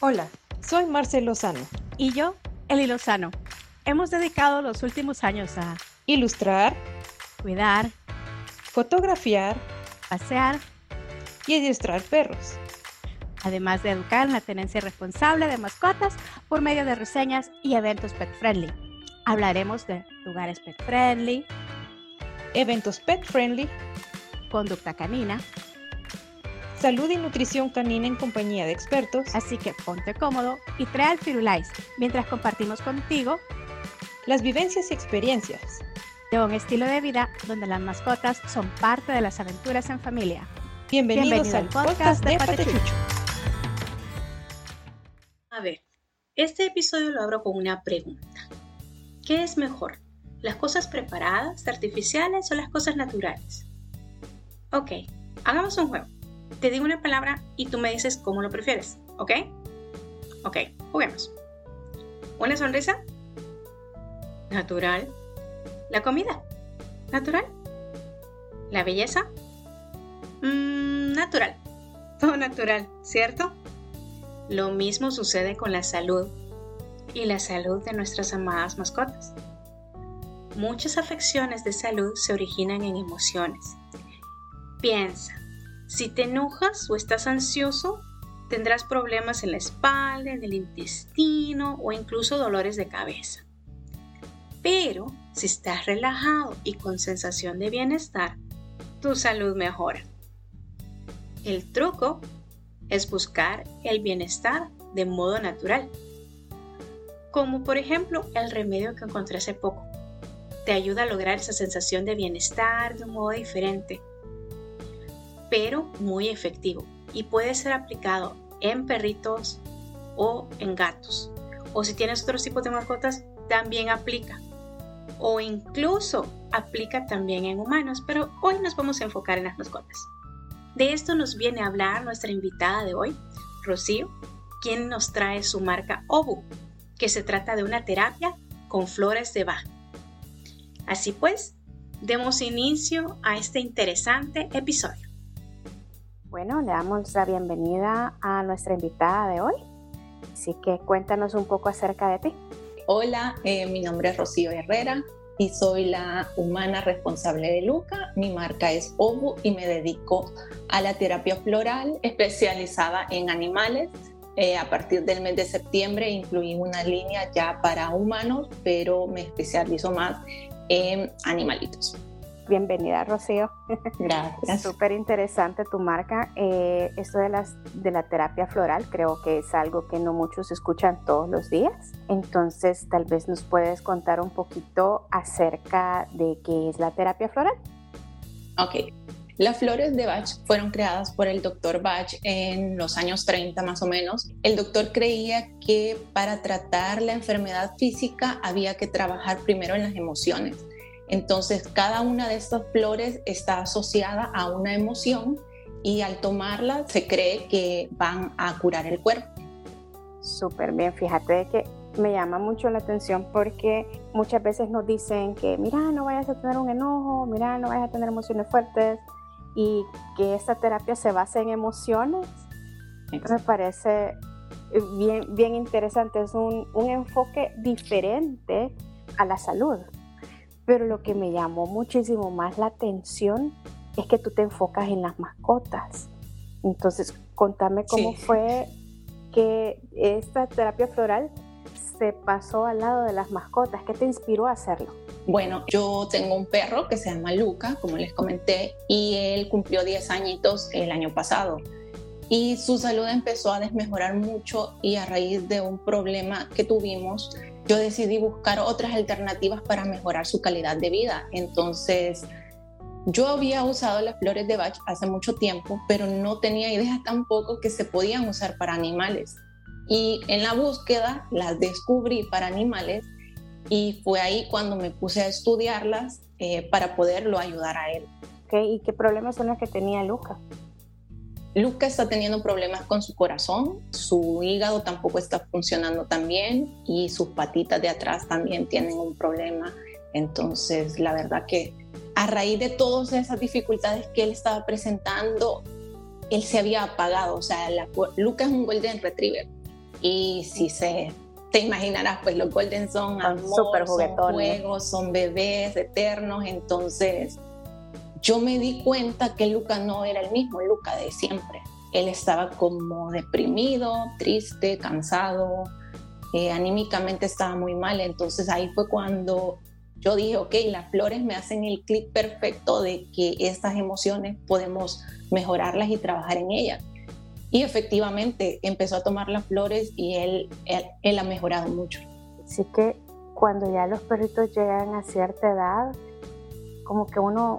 Hola, soy Marcel Lozano. Y yo, Eli Lozano. Hemos dedicado los últimos años a Ilustrar, cuidar, fotografiar pasear, y adiestrar perros. además de educar en la tenencia responsable de mascotas por medio de reseñas y eventos pet friendly. Hablaremos de lugares pet friendly, Eventos pet friendly, conducta canina, salud y nutrición canina en compañía de expertos, así que ponte cómodo y trae al Firulais mientras compartimos contigo las vivencias y experiencias. de un estilo de vida donde las mascotas son parte de las aventuras en familia. Bienvenidos al podcast de Patechucho. A ver, este episodio lo abro con una pregunta. ¿Qué es mejor? ¿Las cosas preparadas, artificiales o las cosas naturales? Ok, hagamos un juego. Te digo una palabra y tú me dices cómo lo prefieres, ¿ok? Ok, juguemos. ¿Una sonrisa? Natural. ¿La comida? Natural. ¿La belleza? Natural. Todo natural, ¿cierto? Lo mismo sucede con la salud y la salud de nuestras amadas mascotas. Muchas afecciones de salud se originan en emociones. Piensa, si te enojas o estás ansioso, tendrás problemas en la espalda, en el intestino o incluso dolores de cabeza. Pero si estás relajado y con sensación de bienestar, tu salud mejora. El truco es buscar el bienestar de modo natural. Como por ejemplo el remedio que encontré hace poco. Te ayuda a lograr esa sensación de bienestar de un modo diferente, pero muy efectivo, y puede ser aplicado en perritos o en gatos. O si tienes otros tipos de mascotas, también aplica. O incluso aplica también en humanos, pero hoy nos vamos a enfocar en las mascotas. De esto nos viene a hablar nuestra invitada de hoy, Rocío, quien nos trae su marca Obu, que se trata de una terapia con flores de Bach. Así pues, demos inicio a este interesante episodio. Bueno, le damos la bienvenida a nuestra invitada de hoy. Así que cuéntanos un poco acerca de ti. Hola, mi nombre es Rocío Herrera y soy la humana responsable de Luca. Mi marca es Obu y me dedico a la terapia floral especializada en animales. A partir del mes de septiembre incluí una línea ya para humanos, pero me especializo más en animalitos. Bienvenida, Rocío. Gracias. Súper interesante tu marca. Esto de la terapia floral creo que es algo que no muchos escuchan todos los días. Entonces, tal vez nos puedes contar un poquito acerca de qué es la terapia floral. Ok. Las flores de Bach fueron creadas por el doctor Bach en los años 30 más o menos. El doctor creía que para tratar la enfermedad física había que trabajar primero en las emociones. Entonces, cada una de estas flores está asociada a una emoción y al tomarlas se cree que van a curar el cuerpo. Súper bien, fíjate que me llama mucho la atención porque muchas veces nos dicen que mira, no vayas a tener un enojo, mira, no vayas a tener emociones fuertes y que esta terapia se basa en emociones. Me parece bien interesante, es un enfoque diferente a la salud. Pero lo que me llamó muchísimo más la atención es que tú te enfocas en las mascotas. Entonces, contame cómo fue que esta terapia floral se pasó al lado de las mascotas. ¿Qué te inspiró a hacerlo? Bueno, yo tengo un perro que se llama Luca, como les comenté, y él cumplió 10 añitos el año pasado. Y su salud empezó a desmejorar mucho y a raíz de un problema que tuvimos, yo decidí buscar otras alternativas para mejorar su calidad de vida. Entonces, yo había usado las flores de Bach hace mucho tiempo, pero no tenía idea tampoco que se podían usar para animales. Y en la búsqueda las descubrí para animales y fue ahí cuando me puse a estudiarlas para poderlo ayudar a él. ¿Y qué problemas son los que tenía Luca? Luca está teniendo problemas con su corazón, su hígado tampoco está funcionando tan bien y sus patitas de atrás también tienen un problema. Entonces, la verdad que a raíz de todas esas dificultades que él estaba presentando, él se había apagado. O sea, Luca es un Golden Retriever Y si te imaginarás, pues los Golden son amor, son juegos, son bebés eternos. Entonces yo me di cuenta que Luca no era el mismo Luca de siempre. Él estaba como deprimido, triste, cansado, anímicamente estaba muy mal. Entonces ahí fue cuando yo dije, ok, las flores me hacen el clic perfecto de que estas emociones podemos mejorarlas y trabajar en ellas. Y efectivamente empezó a tomar las flores y él ha mejorado mucho. Así que cuando ya los perritos llegan a cierta edad, como que uno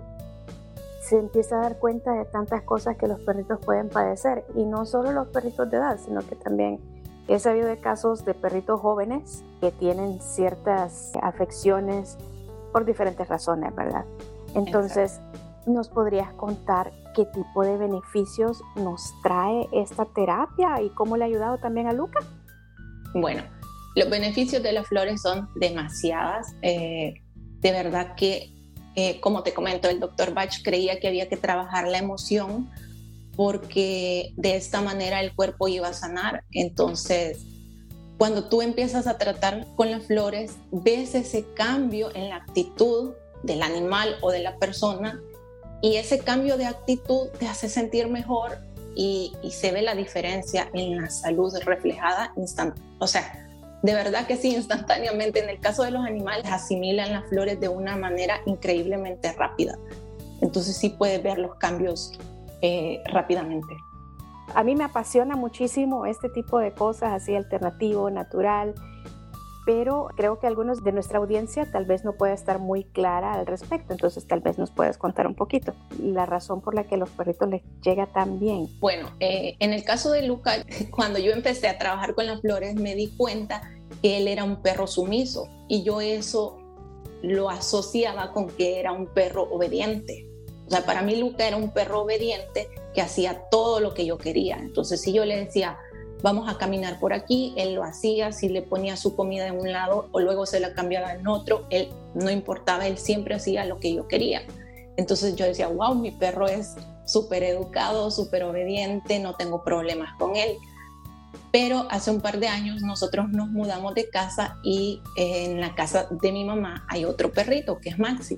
se empieza a dar cuenta de tantas cosas que los perritos pueden padecer. Y no solo los perritos de edad, sino que también he sabido de casos de perritos jóvenes que tienen ciertas afecciones por diferentes razones, ¿verdad? Entonces, exacto, ¿nos podrías contar qué tipo de beneficios nos trae esta terapia y cómo le ha ayudado también a Luca? Bueno, los beneficios de las flores son demasiadas. De verdad que, como te comento, el Dr. Bach creía que había que trabajar la emoción porque de esta manera el cuerpo iba a sanar. Entonces, cuando tú empiezas a tratar con las flores, ves ese cambio en la actitud del animal o de la persona, y ese cambio de actitud te hace sentir mejor y se ve la diferencia en la salud reflejada o sea, de verdad que sí, instantáneamente. En el caso de los animales, asimilan las flores de una manera increíblemente rápida. Entonces sí puedes ver los cambios rápidamente. A mí me apasiona muchísimo este tipo de cosas, así alternativo, natural, pero creo que algunos de nuestra audiencia tal vez no pueda estar muy clara al respecto, entonces tal vez nos puedes contar un poquito la razón por la que a los perritos les llega tan bien. Bueno, en el caso de Luca, cuando yo empecé a trabajar con las flores, me di cuenta que él era un perro sumiso y yo eso lo asociaba con que era un perro obediente. O sea, para mí Luca era un perro obediente que hacía todo lo que yo quería. Entonces, si yo le decía, vamos a caminar por aquí, él lo hacía. Si le ponía su comida en un lado o luego se la cambiaba en otro, él no importaba, él siempre hacía lo que yo quería. Entonces yo decía, wow, mi perro es súper educado, súper obediente, no tengo problemas con él. Pero hace un par de años nosotros nos mudamos de casa y en la casa de mi mamá hay otro perrito que es Maxi.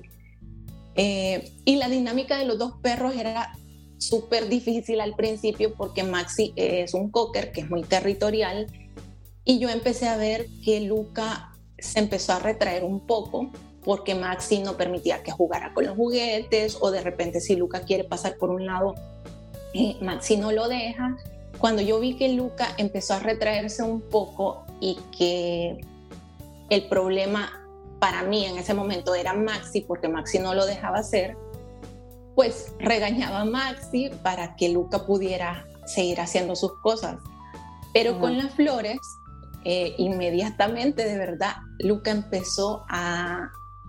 Y la dinámica de los dos perros era súper difícil al principio porque Maxi es un cocker que es muy territorial y yo empecé a ver que Luca se empezó a retraer un poco porque Maxi no permitía que jugara con los juguetes, o de repente si Luca quiere pasar por un lado, Maxi no lo deja. Cuando yo vi que Luca empezó a retraerse un poco y que el problema para mí en ese momento era Maxi porque Maxi no lo dejaba hacer, pues regañaba a Maxi para que Luca pudiera seguir haciendo sus cosas. Pero con las flores, inmediatamente, de verdad, Luca empezó a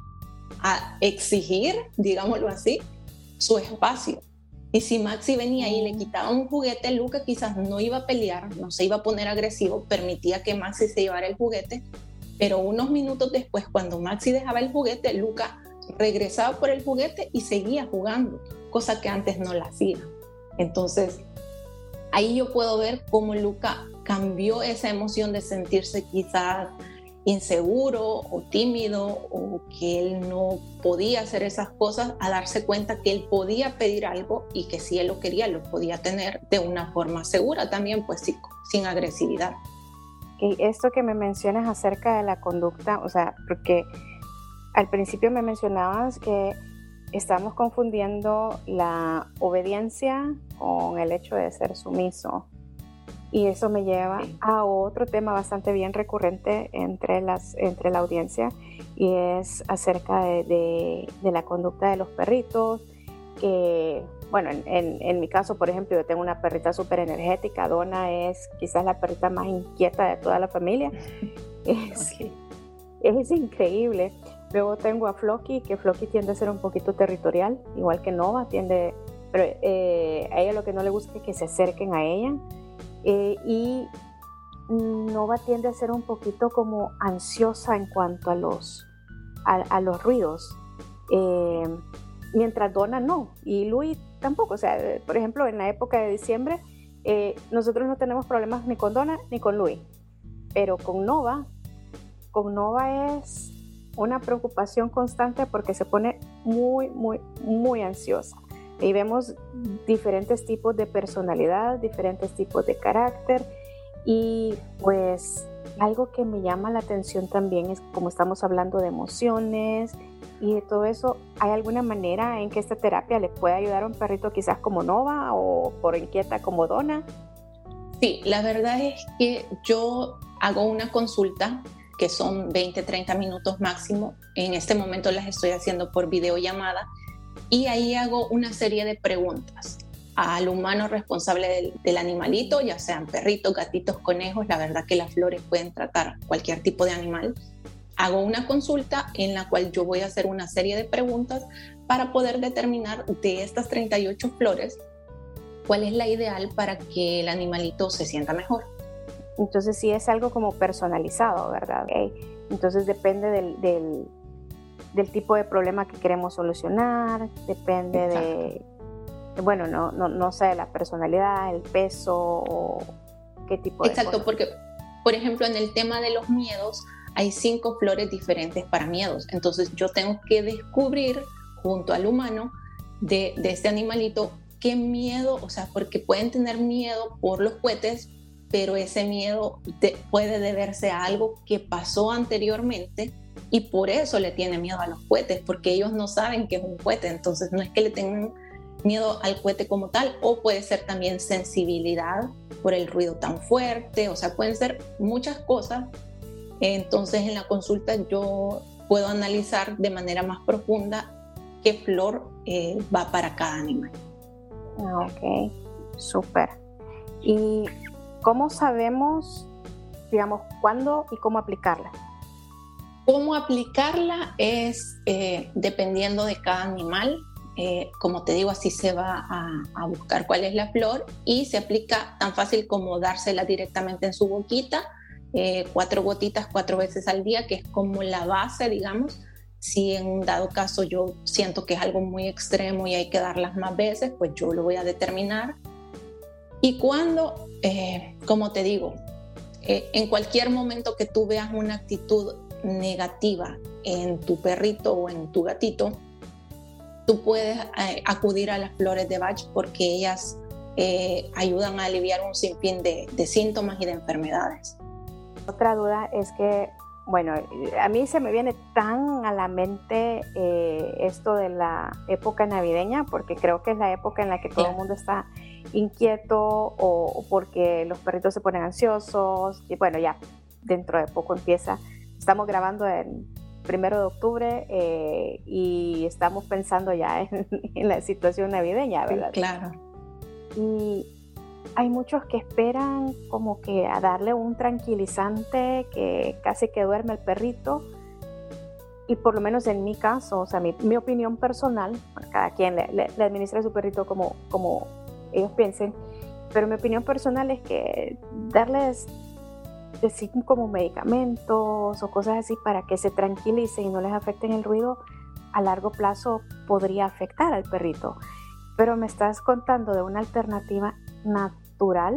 exigir, digámoslo así, su espacio. Y si Maxi venía y le quitaba un juguete, Luca quizás no iba a pelear, no se iba a poner agresivo, permitía que Maxi se llevara el juguete, pero unos minutos después, cuando Maxi dejaba el juguete, Luca regresaba por el juguete y seguía jugando, cosa que antes no la hacía. Entonces, ahí yo puedo ver cómo Luca cambió esa emoción de sentirse quizás inseguro o tímido o que él no podía hacer esas cosas, a darse cuenta que él podía pedir algo y que si él lo quería, lo podía tener de una forma segura también, pues sí, sin agresividad. Y esto que me mencionas acerca de la conducta, o sea, porque al principio me mencionabas que estamos confundiendo la obediencia con el hecho de ser sumiso. Y eso me lleva a otro tema bastante bien recurrente entre la audiencia, y es acerca de la conducta de los perritos. Que, bueno, en mi caso, por ejemplo, yo tengo una perrita súper energética. Donna es quizás la perrita más inquieta de toda la familia. Es increíble. Luego tengo a Floki, que Floki tiende a ser un poquito territorial, igual que Nova tiende, pero a ella lo que no le gusta es que se acerquen a ella. Y Nova tiende a ser un poquito como ansiosa en cuanto a los ruidos, mientras Donna no, y Louis tampoco. O sea, por ejemplo, en la época de diciembre nosotros no tenemos problemas ni con Donna ni con Louis, pero con Nova es una preocupación constante porque se pone muy, muy, muy ansiosa. Y vemos diferentes tipos de personalidad, diferentes tipos de carácter, y pues algo que me llama la atención también es, como estamos hablando de emociones y de todo eso, ¿hay alguna manera en que esta terapia le pueda ayudar a un perrito quizás como Nova o por inquieta como Donna? Sí, la verdad es que yo hago una consulta que son 20-30 minutos máximo. En este momento las estoy haciendo por videollamada y ahí hago una serie de preguntas al humano responsable del animalito, ya sean perritos, gatitos, conejos. La verdad que las flores pueden tratar cualquier tipo de animal. Hago una consulta en la cual yo voy a hacer una serie de preguntas para poder determinar de estas 38 flores cuál es la ideal para que el animalito se sienta mejor. Entonces sí es algo como personalizado, ¿verdad? Okay. Entonces depende del tipo de problema que queremos solucionar, depende bueno, no sé, de la personalidad, el peso o qué tipo de Exacto, cosas. Porque, por ejemplo, en el tema de los miedos, hay 5 flores diferentes para miedos. Entonces yo tengo que descubrir junto al humano de este animalito qué miedo, o sea, porque pueden tener miedo por los cohetes, pero ese miedo puede deberse a algo que pasó anteriormente y por eso le tiene miedo a los cohetes, porque ellos no saben que es un cohete. Entonces no es que le tengan miedo al cohete como tal, o puede ser también sensibilidad por el ruido tan fuerte, o sea, pueden ser muchas cosas. Entonces en la consulta yo puedo analizar de manera más profunda qué flor va para cada animal. Ok, súper. ¿Y cómo sabemos, digamos, cuándo y cómo aplicarla? Cómo aplicarla es dependiendo de cada animal. Como te digo, así se va a buscar cuál es la flor y se aplica tan fácil como dársela directamente en su boquita, 4 gotitas 4 veces al día, que es como la base, digamos. Si en un dado caso yo siento que es algo muy extremo y hay que darlas más veces, pues yo lo voy a determinar. Y cuando, como te digo, en cualquier momento que tú veas una actitud negativa en tu perrito o en tu gatito, tú puedes acudir a las flores de Bach porque ellas ayudan a aliviar un sinfín de síntomas y de enfermedades. Otra duda es que, bueno, a mí se me viene tan a la mente esto de la época navideña, porque creo que es la época en la que todo el mundo está inquieto o porque los perritos se ponen ansiosos. Y bueno, ya dentro de poco empieza. Estamos grabando el 1 de octubre y estamos pensando ya en la situación navideña, ¿verdad? Claro. Y hay muchos que esperan como que a darle un tranquilizante que casi que duerme el perrito. Y por lo menos en mi caso, o sea, mi opinión personal, cada quien le administra a su perrito como ellos piensen, pero mi opinión personal es que darles decir como medicamentos o cosas así para que se tranquilicen y no les afecten el ruido, a largo plazo podría afectar al perrito. Pero me estás contando de una alternativa natural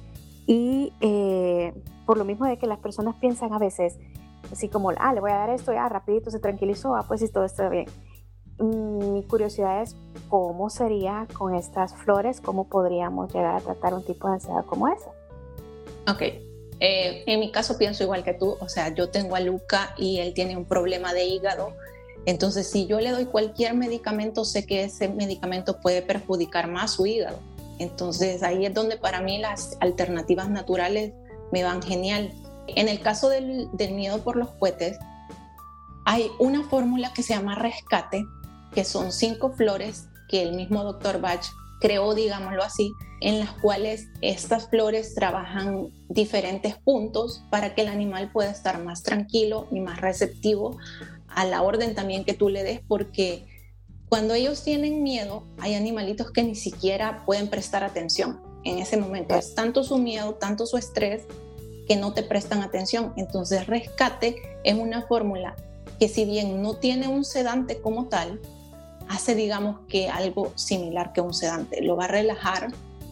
y por lo mismo de que las personas piensan a veces así como, le voy a dar esto, ya rapidito se tranquilizó, pues si todo está bien. Mi curiosidad es cómo sería con estas flores, cómo podríamos llegar a tratar un tipo de ansiedad como esa. Ok. En mi caso pienso igual que tú, o sea, yo tengo a Luca y él tiene un problema de hígado, entonces si yo le doy cualquier medicamento, sé que ese medicamento puede perjudicar más su hígado. Entonces ahí es donde para mí las alternativas naturales me van genial. En el caso del miedo por los cohetes, hay una fórmula que se llama Rescate, que son 5 flores que el mismo Dr. Bach creó, digámoslo así, en las cuales estas flores trabajan diferentes puntos para que el animal pueda estar más tranquilo y más receptivo a la orden también que tú le des, porque cuando ellos tienen miedo, hay animalitos que ni siquiera pueden prestar atención en ese momento. Es tanto su miedo, tanto su estrés, que no te prestan atención. Entonces Rescate es una fórmula que, si bien no tiene un sedante como tal, hace, digamos, que algo similar que un sedante. Lo va a relajar,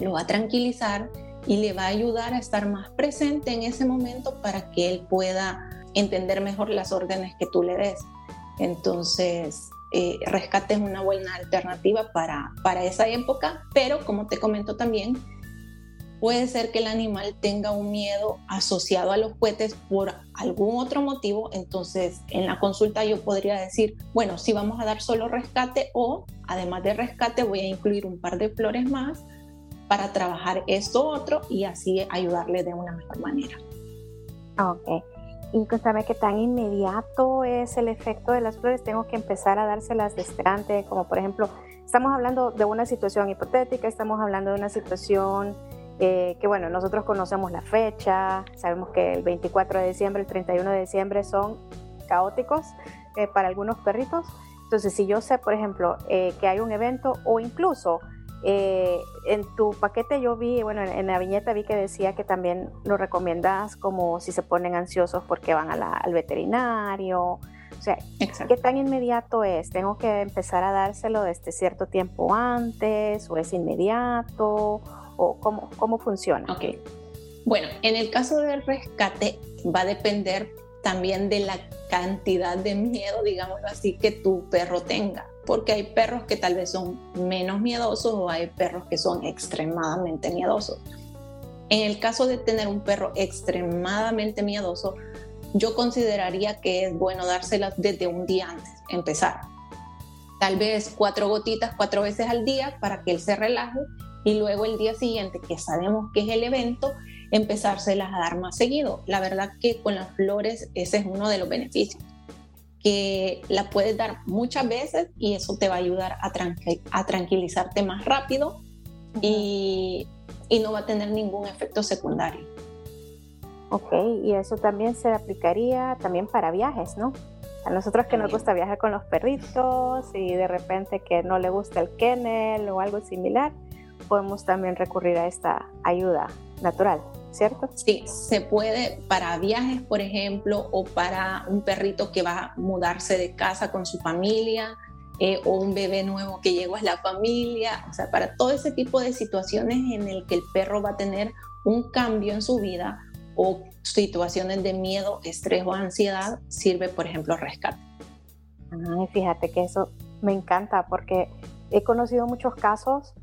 lo va a tranquilizar y le va a ayudar a estar más presente en ese momento para que él pueda entender mejor las órdenes que tú le des. Entonces, rescate es una buena alternativa para esa época, pero como te comento también, puede ser que el animal tenga un miedo asociado a los cohetes por algún otro motivo. Entonces, en la consulta yo podría decir, bueno, si vamos a dar solo rescate, o además de rescate voy a incluir un par de flores más para trabajar esto otro y así ayudarle de una mejor manera. Ok. Y cuéntame qué tan inmediato es el efecto de las flores. Tengo que empezar a dárselas desde antes, como por ejemplo, estamos hablando de una situación hipotética, estamos hablando de una situación que bueno, nosotros conocemos la fecha, sabemos que el 24 de diciembre, el 31 de diciembre son caóticos para algunos perritos. Entonces, si yo sé, por ejemplo, que hay un evento, o incluso en tu paquete yo vi, bueno, en la viñeta vi que decía que también lo recomiendas como si se ponen ansiosos porque van al veterinario. O sea, exacto. ¿Qué tan inmediato es? ¿Tengo que empezar a dárselo desde cierto tiempo antes o es inmediato? ¿O cómo funciona? Ok. Bueno, en el caso del rescate va a depender también de la cantidad de miedo, digámoslo así, que tu perro tenga. Porque hay perros que tal vez son menos miedosos o hay perros que son extremadamente miedosos. En el caso de tener un perro extremadamente miedoso, yo consideraría que es bueno dárselas desde un día antes, empezar. Tal vez 4 gotitas 4 veces al día para que él se relaje y luego el día siguiente, que sabemos que es el evento, empezárselas a dar más seguido. La verdad que con las flores ese es uno de los beneficios, que la puedes dar muchas veces y eso te va a ayudar a tranquilizarte más rápido y no va a tener ningún efecto secundario. Ok, y eso también se aplicaría también para viajes, ¿no? A nosotros que nos gusta viajar con los perritos y de repente que no le gusta el kennel o algo similar, podemos también recurrir a esta ayuda natural, ¿cierto? Sí, se puede para viajes, por ejemplo, o para un perrito que va a mudarse de casa con su familia, o un bebé nuevo que llegó a la familia. O sea, para todo ese tipo de situaciones en el que el perro va a tener un cambio en su vida o situaciones de miedo, estrés o ansiedad, sirve, por ejemplo, rescate. Ay, fíjate que eso me encanta porque he conocido muchos casos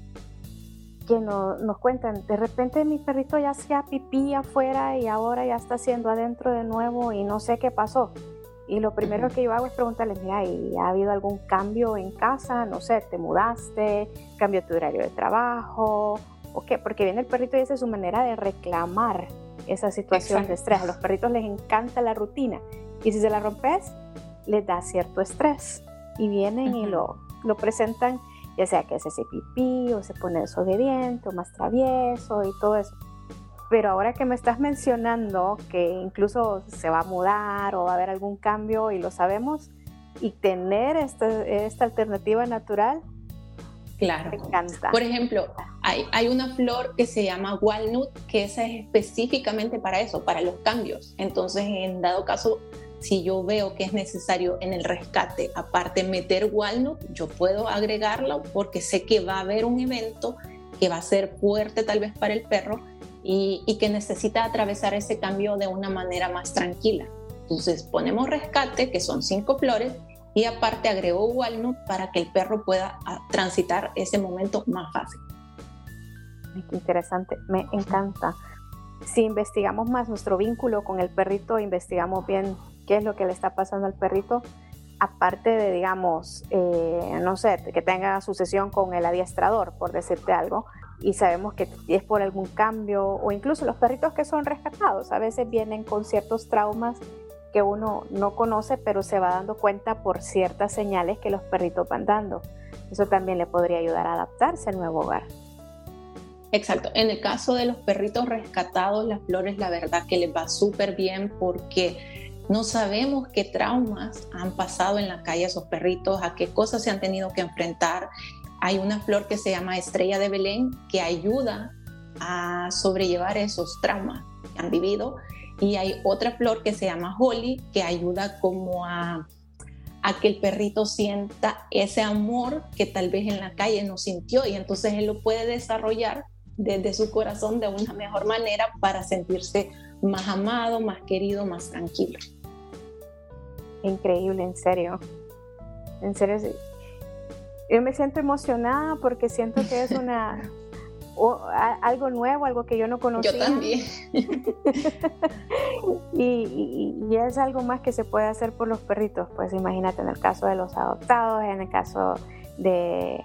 que nos cuentan, de repente mi perrito ya hacía pipí afuera y ahora ya está haciendo adentro de nuevo y no sé qué pasó. Y lo primero que yo hago es preguntarles, mira, ¿y ha habido algún cambio en casa? No sé, ¿te mudaste? ¿Cambió tu horario de trabajo? ¿O qué? Porque viene el perrito y esa es su manera de reclamar esa situación Exacto. de estrés. A los perritos les encanta la rutina y si se la rompes, les da cierto estrés y vienen y lo presentan, ya sea que se hace pipí o se pone desobediente o más travieso y todo eso. Pero ahora que me estás mencionando que incluso se va a mudar o va a haber algún cambio y lo sabemos, y tener esta alternativa natural, Claro. me encanta. Por ejemplo, hay una flor que se llama walnut, que esa es específicamente para eso, para los cambios. Entonces, en dado caso, si yo veo que es necesario en el rescate, aparte meter walnut, yo puedo agregarlo porque sé que va a haber un evento que va a ser fuerte tal vez para el perro y que necesita atravesar ese cambio de una manera más tranquila. Entonces ponemos rescate, que son 5 flores, y aparte agrego walnut para que el perro pueda transitar ese momento más fácil. Qué interesante, me encanta. Si investigamos más nuestro vínculo con el perrito, investigamos bien qué es lo que le está pasando al perrito, aparte de, digamos, no sé, que tenga su sesión con el adiestrador, por decirte algo, y sabemos que es por algún cambio, o incluso los perritos que son rescatados, a veces vienen con ciertos traumas que uno no conoce, pero se va dando cuenta por ciertas señales que los perritos van dando. Eso también le podría ayudar a adaptarse al nuevo hogar. Exacto. En el caso de los perritos rescatados, las flores, la verdad que les va súper bien porque no sabemos qué traumas han pasado en la calle esos perritos, a qué cosas se han tenido que enfrentar. Hay una flor que se llama Estrella de Belén que ayuda a sobrellevar esos traumas que han vivido. Y hay otra flor que se llama Holly que ayuda como a que el perrito sienta ese amor que tal vez en la calle no sintió y entonces él lo puede desarrollar desde su corazón de una mejor manera para sentirse más amado, más querido, más tranquilo. Increíble, en serio. En serio, sí. Yo me siento emocionada porque siento que es algo nuevo, algo que yo no conocía. Yo también. y es algo más que se puede hacer por los perritos. Pues imagínate, en el caso de los adoptados, en el caso de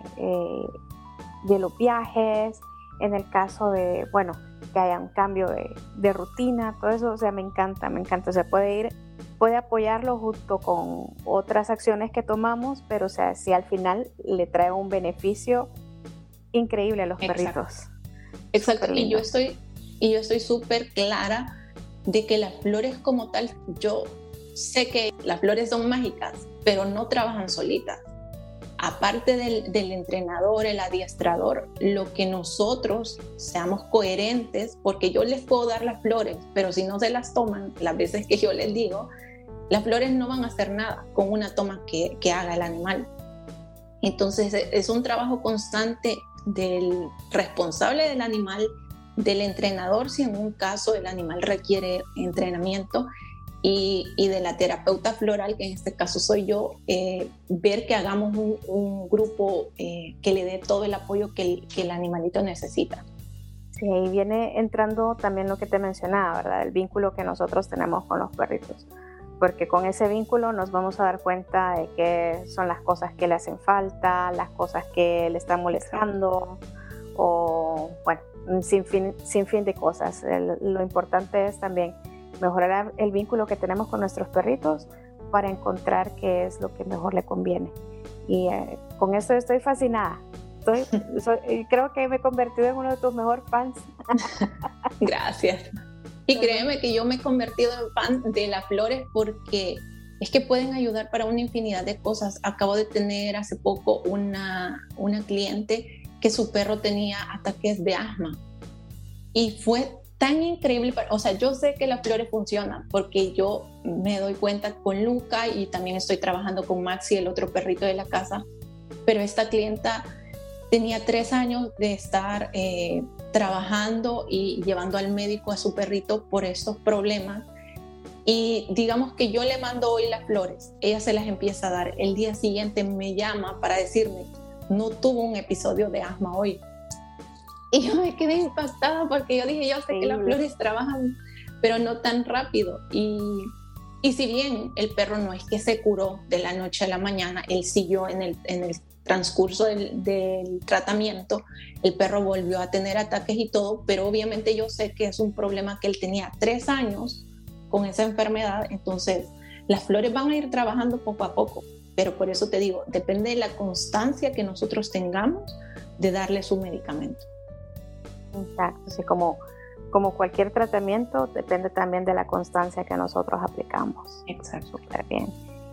los viajes, en el caso de, bueno, que haya un cambio de rutina, todo eso, o sea, me encanta. O sea, puede apoyarlo junto con otras acciones que tomamos, pero o sea, si al final le trae un beneficio increíble a los perritos. Exacto. Y yo estoy súper clara de que las flores como tal, yo sé que las flores son mágicas, pero no trabajan solitas. Aparte del entrenador, el adiestrador, lo que nosotros seamos coherentes, porque yo les puedo dar las flores, pero si no se las toman, las veces que yo les digo, las flores no van a hacer nada con una toma que haga el animal. Entonces es un trabajo constante del responsable del animal, del entrenador, si en un caso el animal requiere entrenamiento, y de la terapeuta floral, que en este caso soy yo, ver que hagamos un grupo que le dé todo el apoyo que el animalito necesita. Sí, ahí viene entrando también lo que te mencionaba, ¿verdad? El vínculo que nosotros tenemos con los perritos. Porque con ese vínculo nos vamos a dar cuenta de qué son las cosas que le hacen falta, las cosas que le están molestando, o bueno, sin fin de cosas. Lo importante es también mejorar el vínculo que tenemos con nuestros perritos para encontrar qué es lo que mejor le conviene. Y con esto estoy fascinada. Creo que me he convertido en uno de tus mejores fans. Gracias. Y créeme que yo me he convertido en fan de las flores porque es que pueden ayudar para una infinidad de cosas. Acabo de tener hace poco una cliente que su perro tenía ataques de asma y fue tan increíble. O sea, yo sé que las flores funcionan porque yo me doy cuenta con Luca y también estoy trabajando con Maxi, el otro perrito de la casa, pero esta clienta tenía 3 años de estar trabajando y llevando al médico a su perrito por estos problemas, y digamos que yo le mando hoy las flores, ella se las empieza a dar, el día siguiente me llama para decirme, no tuvo un episodio de asma hoy. Y yo me quedé impactada porque yo dije, yo sé que las flores trabajan, pero no tan rápido. Y si bien el perro no es que se curó de la noche a la mañana, él siguió en el transcurso del tratamiento, el perro volvió a tener ataques y todo, pero obviamente yo sé que es un problema que él tenía 3 años con esa enfermedad. Entonces las flores van a ir trabajando poco a poco, pero por eso te digo, depende de la constancia que nosotros tengamos de darle su medicamento. Exacto, sí, como cualquier tratamiento, depende también de la constancia que nosotros aplicamos. Exacto. Súper bien.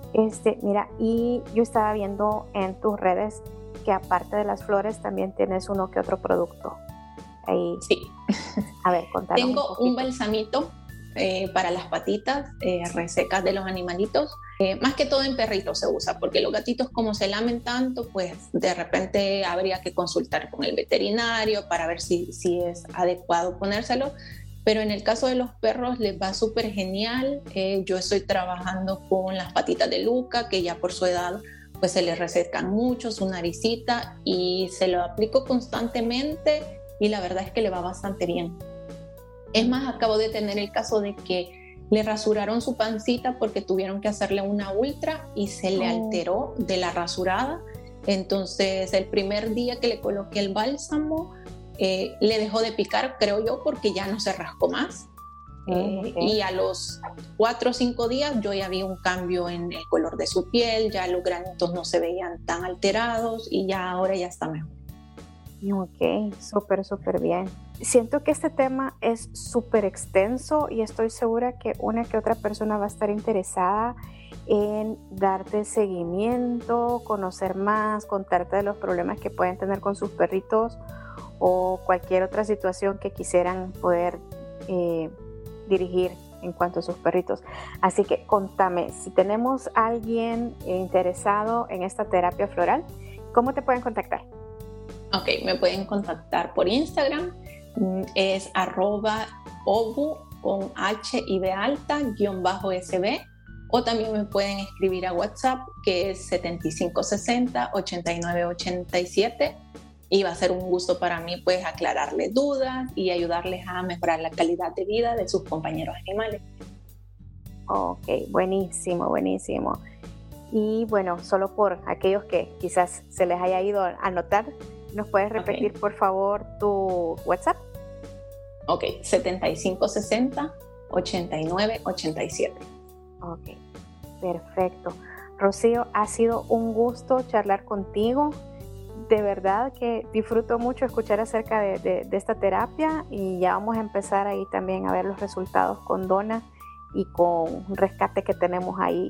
Mira, y yo estaba viendo en tus redes que aparte de las flores también tienes uno que otro producto. Ahí. Sí. A ver, contanos. Tengo un balsamito para las patitas resecas de los animalitos. Más que todo en perritos se usa, porque los gatitos como se lamen tanto, pues de repente habría que consultar con el veterinario para ver si es adecuado ponérselo. Pero en el caso de los perros les va súper genial. Yo estoy trabajando con las patitas de Luca, que ya por su edad pues se le resecan mucho su naricita, y se lo aplico constantemente y la verdad es que le va bastante bien. Es más, acabo de tener el caso de que le rasuraron su pancita porque tuvieron que hacerle una ultra y se le alteró de la rasurada. Entonces el primer día que le coloqué el bálsamo, le dejó de picar, creo yo, porque ya no se rascó más. Okay. Y a los 4 o 5 días yo ya vi un cambio en el color de su piel, ya los granitos no se veían tan alterados y ya ahora ya está mejor. Ok, súper bien. Siento que este tema es súper extenso y estoy segura que una que otra persona va a estar interesada en darte seguimiento, conocer más, contarte de los problemas que pueden tener con sus perritos o cualquier otra situación que quisieran poder dirigir en cuanto a sus perritos. Así que contame, si tenemos a alguien interesado en esta terapia floral, ¿cómo te pueden contactar? Ok, me pueden contactar por Instagram. Es @obu con H y B alta _SB, o también me pueden escribir a WhatsApp, que es 7560-8987, y va a ser un gusto para mí pues aclararles dudas y ayudarles a mejorar la calidad de vida de sus compañeros animales. Ok, buenísimo. Y bueno, solo por aquellos que quizás se les haya ido a anotar, ¿nos puedes repetir por favor tu WhatsApp? Ok, 7560-8987. Ok, perfecto. Rocío, ha sido un gusto charlar contigo. De verdad que disfruto mucho escuchar acerca de esta terapia, y ya vamos a empezar ahí también a ver los resultados con Donna y con Rescate que tenemos ahí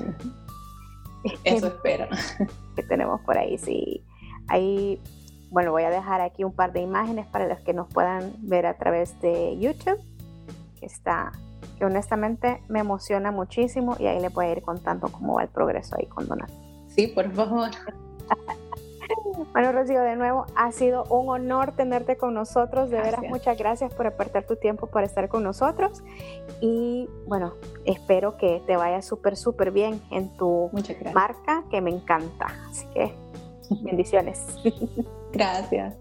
Eso espero. Que tenemos por ahí, sí. Ahí, bueno, voy a dejar aquí un par de imágenes para los que nos puedan ver a través de YouTube, que honestamente me emociona muchísimo, y ahí le voy a ir contando cómo va el progreso ahí con Donna. Sí, por favor. Bueno, Rocío, de nuevo, ha sido un honor tenerte con nosotros. De veras, muchas gracias por apartar tu tiempo para estar con nosotros. Y bueno, espero que te vaya súper bien en tu marca, que me encanta. Así que, bendiciones. Gracias.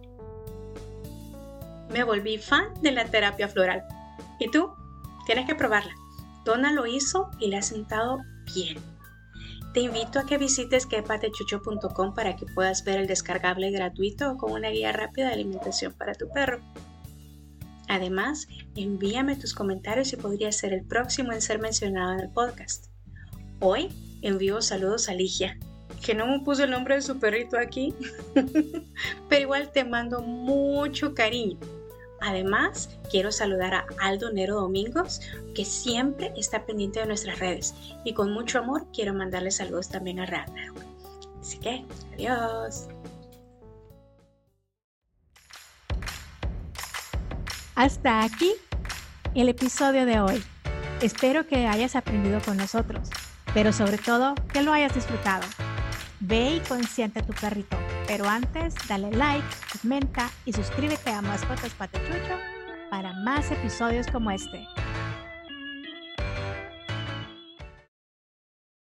Me volví fan de la terapia floral. ¿Y tú? Tienes que probarla. Donna lo hizo y le ha sentado bien. Te invito a que visites quepatechucho.com para que puedas ver el descargable gratuito con una guía rápida de alimentación para tu perro. Además, envíame tus comentarios y podrías ser el próximo en ser mencionado en el podcast. Hoy envío saludos a Ligia, que no me puso el nombre de su perrito aquí, pero igual te mando mucho cariño. Además, quiero saludar a Aldo Nero Domingos, que siempre está pendiente de nuestras redes, y con mucho amor quiero mandarle saludos también a Ragnar. Así que, adiós. Hasta aquí el episodio de hoy. Espero que hayas aprendido con nosotros, pero sobre todo que lo hayas disfrutado. Ve y consiente a tu perrito, pero antes dale like, comenta y suscríbete a Mascotas Patechucho para más episodios como este.